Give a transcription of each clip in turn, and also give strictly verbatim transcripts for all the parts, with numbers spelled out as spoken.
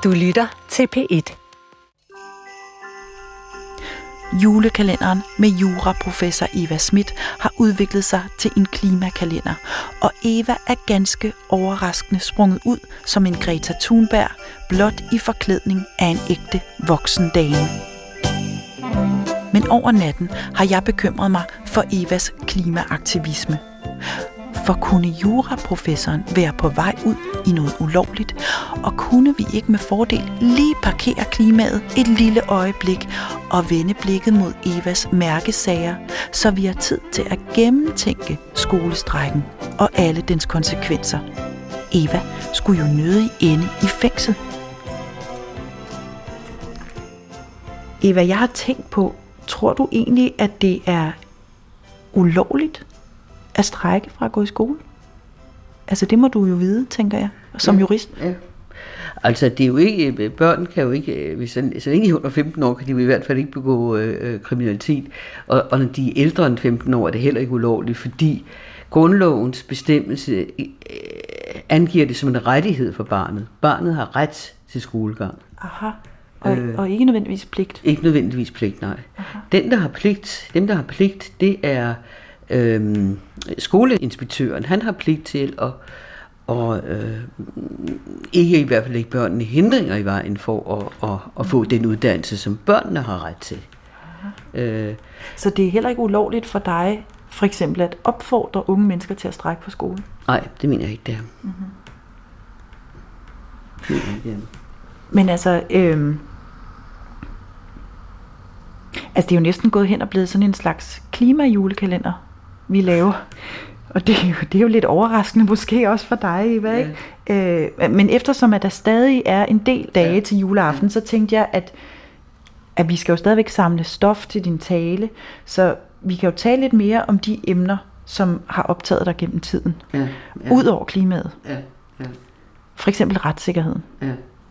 Du lytter til P et. Julekalenderen med juraprofessor Eva Smith har udviklet sig til en klimakalender, og Eva er ganske overraskende sprunget ud som en Greta Thunberg, blot i forklædning af en ægte voksen dame. Men over natten har jeg bekymret mig for Evas klimaaktivisme. For kunne juraprofessoren være på vej ud i noget ulovligt, og kunne vi ikke med fordel lige parkere klimaet et lille øjeblik og vende blikket mod Evas mærkesager, så vi har tid til at gennemtænke skolestrækken og alle dens konsekvenser. Eva skulle jo nødig ende i fængsel. Eva, jeg har tænkt på, tror du egentlig, at det er ulovligt at strejke fra at gå i skole? Altså det må du jo vide, tænker jeg, som ja, jurist. Ja. Altså det er jo ikke, børn kan jo ikke, hvis så længe de er under femten år, kan de jo i hvert fald ikke begå øh, kriminalitet. Og, og når de er ældre end femten år, er det heller ikke ulovligt, fordi grundlovens bestemmelse øh, angiver det som en rettighed for barnet. Barnet har ret til skolegang. Aha. Og, øh, og ikke nødvendigvis pligt. Ikke nødvendigvis pligt, nej. Aha. Den, der har pligt, dem, der har pligt, det er Øhm, skoleinspektøren. Han har pligt til at og, øh, ikke i hvert fald ikke børnene hindringer i vejen for at, at, at få den uddannelse, som børnene har ret til. Øh, Så det er heller ikke ulovligt for dig, for eksempel at opfordre unge mennesker til at strejke på skole? Nej, det mener jeg ikke, det er. Mm-hmm. Det mener jeg ikke. Men altså, øh, altså det er jo næsten gået hen og blevet sådan en slags klimajulekalender, vi laver. Og det er, jo, det er jo lidt overraskende, måske også for dig, Eva, ikke? Ja. Øh, men eftersom at der stadig er en del dage ja. til juleaften, så tænkte jeg, at, at vi skal jo stadigvæk samle stof til din tale, så vi kan jo tale lidt mere om de emner, som har optaget dig gennem tiden. Ja. Ja. Udover klimaet. Ja. Ja. For eksempel retssikkerheden. Ja.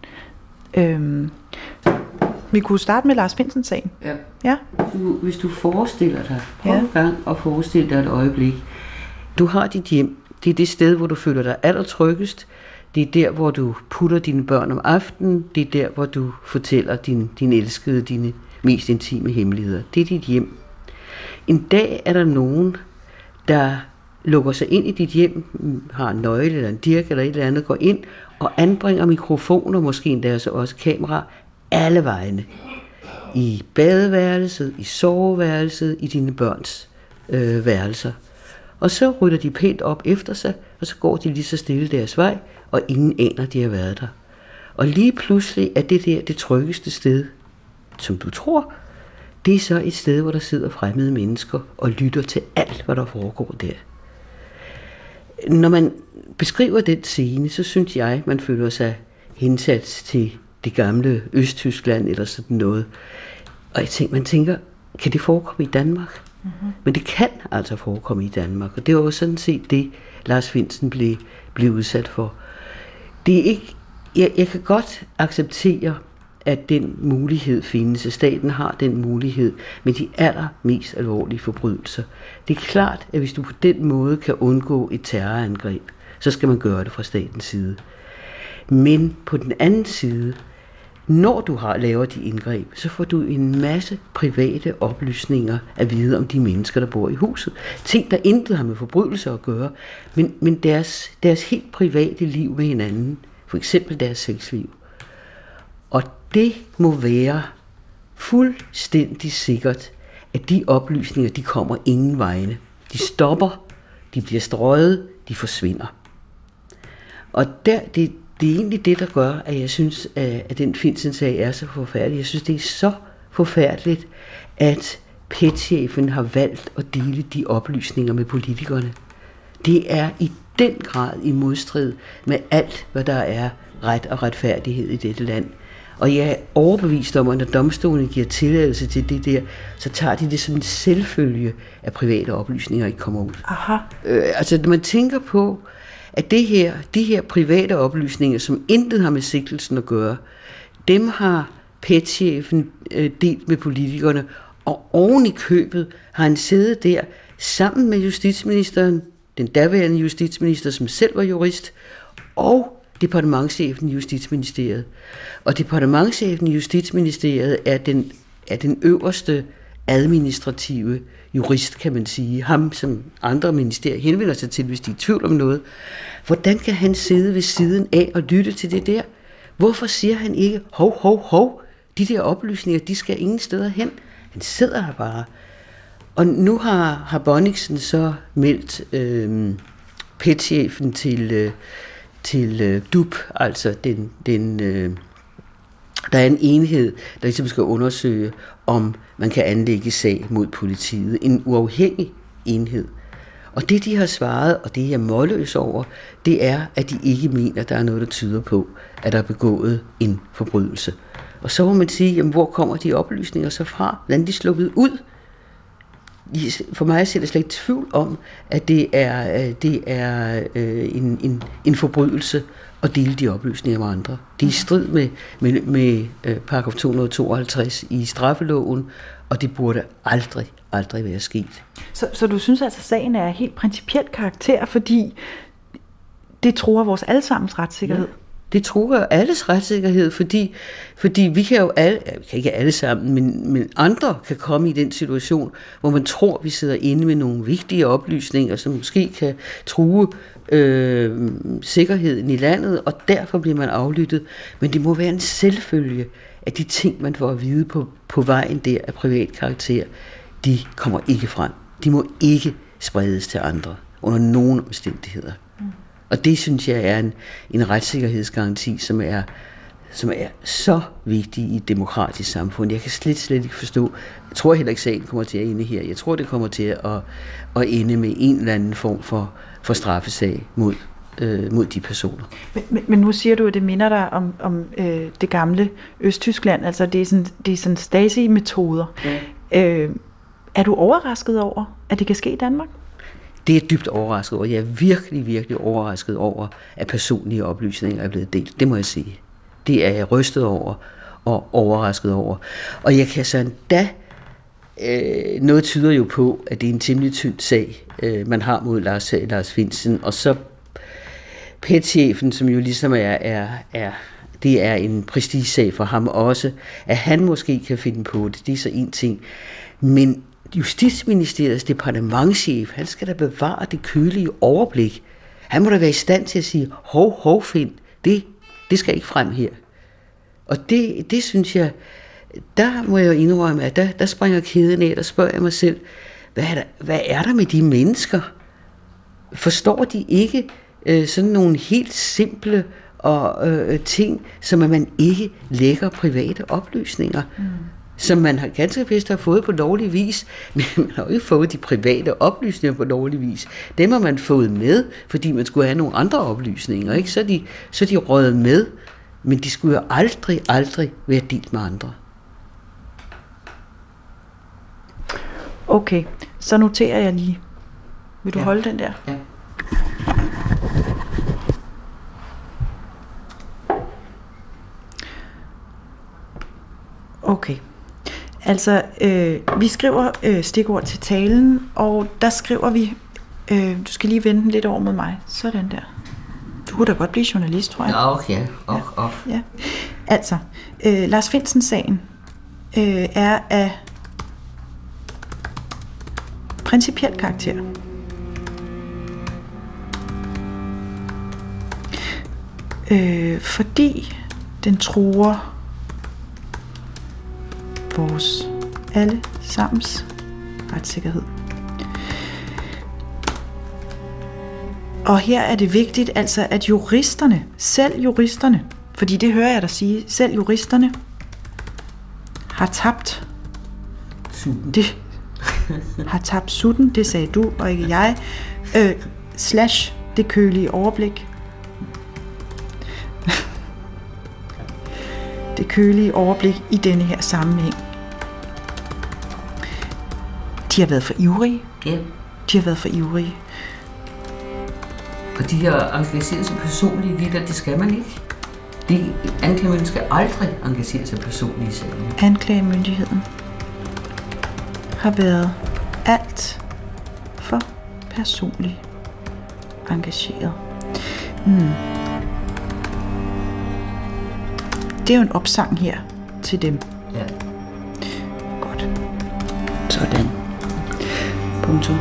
Øhm, vi kunne starte med Lars Findsen-sagen. Ja. Ja. Du, hvis du forestiller dig, prøv ja. en gang at forestille dig et øjeblik. Du har dit hjem. Det er det sted, hvor du føler dig allertryggest. Det er der, hvor du putter dine børn om aftenen. Det er der, hvor du fortæller din, din elskede, dine mest intime hemmeligheder. Det er dit hjem. En dag er der nogen, der lukker sig ind i dit hjem, har en nøgle eller en dirk eller et eller andet, går ind og anbringer mikrofoner, måske endda også kamera, alle vegne. I badeværelset, i soveværelset, i dine børns øh, værelser. Og så rydder de pænt op efter sig, og så går de lige så stille deres vej, og ingen aner, de har været der. Og lige pludselig er det der det tryggeste sted, som du tror, det er så et sted, hvor der sidder fremmede mennesker og lytter til alt, hvad der foregår der. Når man beskriver den scene, så synes jeg, man føler sig hensat til det gamle Østtyskland eller sådan noget. Og jeg tænker, man tænker, kan det forekomme i Danmark? Mm-hmm. Men det kan altså forekomme i Danmark, og det var jo sådan set det, Lars Findsen blev, blev udsat for. Det er ikke, jeg, jeg kan godt acceptere, at den mulighed findes, at staten har den mulighed med de allermest alvorlige forbrydelser. Det er klart, at hvis du på den måde kan undgå et terrorangreb, så skal man gøre det fra statens side. Men på den anden side, når du har laver de indgreb, så får du en masse private oplysninger at vide om de mennesker, der bor i huset. Ting, der intet har med forbrydelser at gøre, men, men deres, deres helt private liv med hinanden. For eksempel deres sexliv. Og det må være fuldstændig sikkert, at de oplysninger, de kommer ingen vegne. De stopper, de bliver strøget, de forsvinder. Og der, det, det er egentlig det, der gør, at jeg synes, at den Findsen-sag er så forfærdelig. Jeg synes, det er så forfærdeligt, at P E T-chefen har valgt at dele de oplysninger med politikerne. Det er i den grad i modstrid med alt, hvad der er ret og retfærdighed i dette land. Og jeg er overbevist om, at når domstolen giver tilladelse til det der, så tager de det som en selvfølge, at private oplysninger ikke kommer ud. Aha. Øh, altså, når man tænker på, at det her, de her private oplysninger, som intet har med sigtelsen at gøre, dem har P E T-chefen øh, delt med politikerne, og oven i købet har han siddet der sammen med justitsministeren, den daværende justitsminister, som selv var jurist, og departementschefen i Justitsministeriet. Og departementschefen i Justitsministeriet er den, er den øverste administrative jurist, kan man sige. Ham, som andre ministerier henvender sig til, hvis de er i tvivl om noget. Hvordan kan han sidde ved siden af og lytte til det der? Hvorfor siger han ikke, hov, hov, hov, de der oplysninger, de skal ingen steder hen? Han sidder her bare. Og nu har, har Bonniksen så meldt øh, P E T-chefen til, øh, til øh, D U P, altså den, den, øh, der er en enhed, der ligesom skal undersøge, om man kan anlægge sag mod politiet. En uafhængig enhed. Og det, de har svaret, og det jeg er målløs over, det er, at de ikke mener, at der er noget, der tyder på, at der er begået en forbrydelse. Og så må man sige, jamen, hvor kommer de oplysninger så fra? Hvordan er de sluppet ud? For mig er det slet ikke tvivl om, at det er, det er øh, en, en, en forbrydelse at dele de oplysninger med andre. Det er i strid med, med, med øh, paragraf to hundrede tooghalvtreds i straffeloven, og det burde aldrig, aldrig være sket. Så, så du synes altså, at sagen er helt principielt karakter, fordi det truer vores allesammens retssikkerhed? Ja. Det truer alles retssikkerhed, fordi, fordi vi kan jo alle, vi kan ikke alle sammen, men, men andre kan komme i den situation, hvor man tror, vi sidder inde med nogle vigtige oplysninger, som måske kan true øh, sikkerheden i landet, og derfor bliver man aflyttet. Men det må være en selvfølge, at de ting, man får at vide på, på vejen der af privat karakter, de kommer ikke frem. De må ikke spredes til andre under nogen omstændigheder. Mm. Og det synes jeg er en, en retssikkerhedsgaranti, som er, som er så vigtig i et demokratisk samfund. Jeg kan slet, slet ikke forstå. Jeg tror heller ikke, sagen kommer til at ende her. Jeg tror, det kommer til at, at ende med en eller anden form for, for straffesag mod, øh, mod de personer. Men, men, men nu siger du, at det minder dig om, om øh, det gamle Østtyskland. Altså det er sådan, det er sådan Stasi-metoder. Ja. Øh, er du overrasket over, at det kan ske i Danmark? Det er dybt overrasket over. Jeg er virkelig, virkelig overrasket over, at personlige oplysninger er blevet delt. Det må jeg sige. Det er jeg rystet over og overrasket over. Og jeg kan så endda, øh, noget tyder jo på, at det er en temmelig tynd sag, øh, man har mod Lars, Lars Findsen. Og så P E T-chefen, som jo ligesom er, er, er, det er en prestigesag for ham også, at han måske kan finde på det. Det er så en ting. Men Justitsministeriets departementschef, han skal da bevare det kølige overblik. Han må da være i stand til at sige, hov, hov, Find, det, det skal ikke frem her. Og det, det synes jeg, der må jeg jo indrømme, at der, der springer kæden af, der spørger jeg mig selv, hvad er der, hvad er der med de mennesker? Forstår de ikke øh, sådan nogle helt simple og, øh, ting, som at man ikke lægger private oplysninger? Mm. Som man har ganske vist har fået på lovlig vis, men man har jo ikke fået de private oplysninger på lovlig vis. Dem har man fået med, fordi man skulle have nogle andre oplysninger, ikke? Så er de, så er de røget med, men de skulle jo aldrig, aldrig være delt med andre. Okay, så noterer jeg lige. Vil du ja. holde den der? Ja. Okay. Altså, øh, vi skriver øh, stikord til talen, og der skriver vi, øh, du skal lige vende den lidt over mod mig, sådan der. Du kunne da godt blive journalist, tror jeg. Ja, okay. Og, ja. Og. Ja. Altså, øh, Lars Findsen-sagen øh, er af principiel karakter. Øh, fordi den truer vores alle sammens retssikkerhed. Og her er det vigtigt, altså, at juristerne, selv juristerne, fordi det hører jeg dig sige, selv juristerne har tabt sutten. Det, har tabt sutten, det sagde du og ikke jeg, øh, slash det kølige overblik. Det kølige overblik i denne her sammenhæng. De har været for ivrige. Ja. De har været for ivrige. Og de har engageret sig personligt i det, det skal man ikke. De anklagemyndigheden skal aldrig engagere sig personligt i sagen. Anklagemyndigheden har været alt for personligt engageret. Mm. Det er jo en opsang her til dem. Ja. Godt. Sådan. Punktum.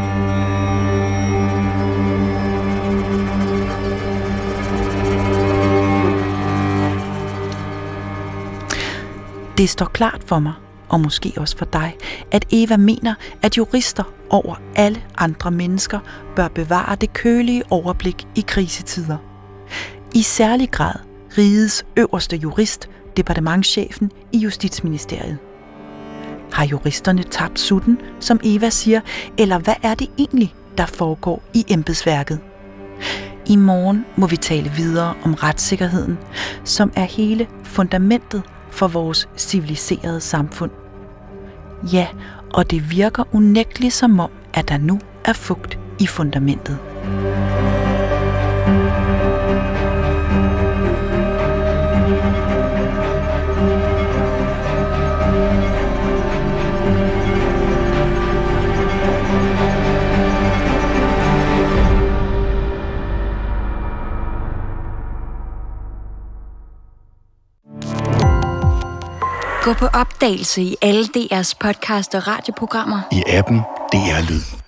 Det står klart for mig, og måske også for dig, at Eva mener, at jurister over alle andre mennesker bør bevare det kølige overblik i krisetider. I særlig grad rigets øverste jurist, departementschefen i Justitsministeriet. Har juristerne tabt sutten, som Eva siger, eller hvad er det egentlig, der foregår i embedsværket? I morgen må vi tale videre om retssikkerheden, som er hele fundamentet for vores civiliserede samfund. Ja, og det virker unægteligt som om, at der nu er fugt i fundamentet. Gå på opdagelse i alle D R's podcast og radioprogrammer. I appen D R Lyd.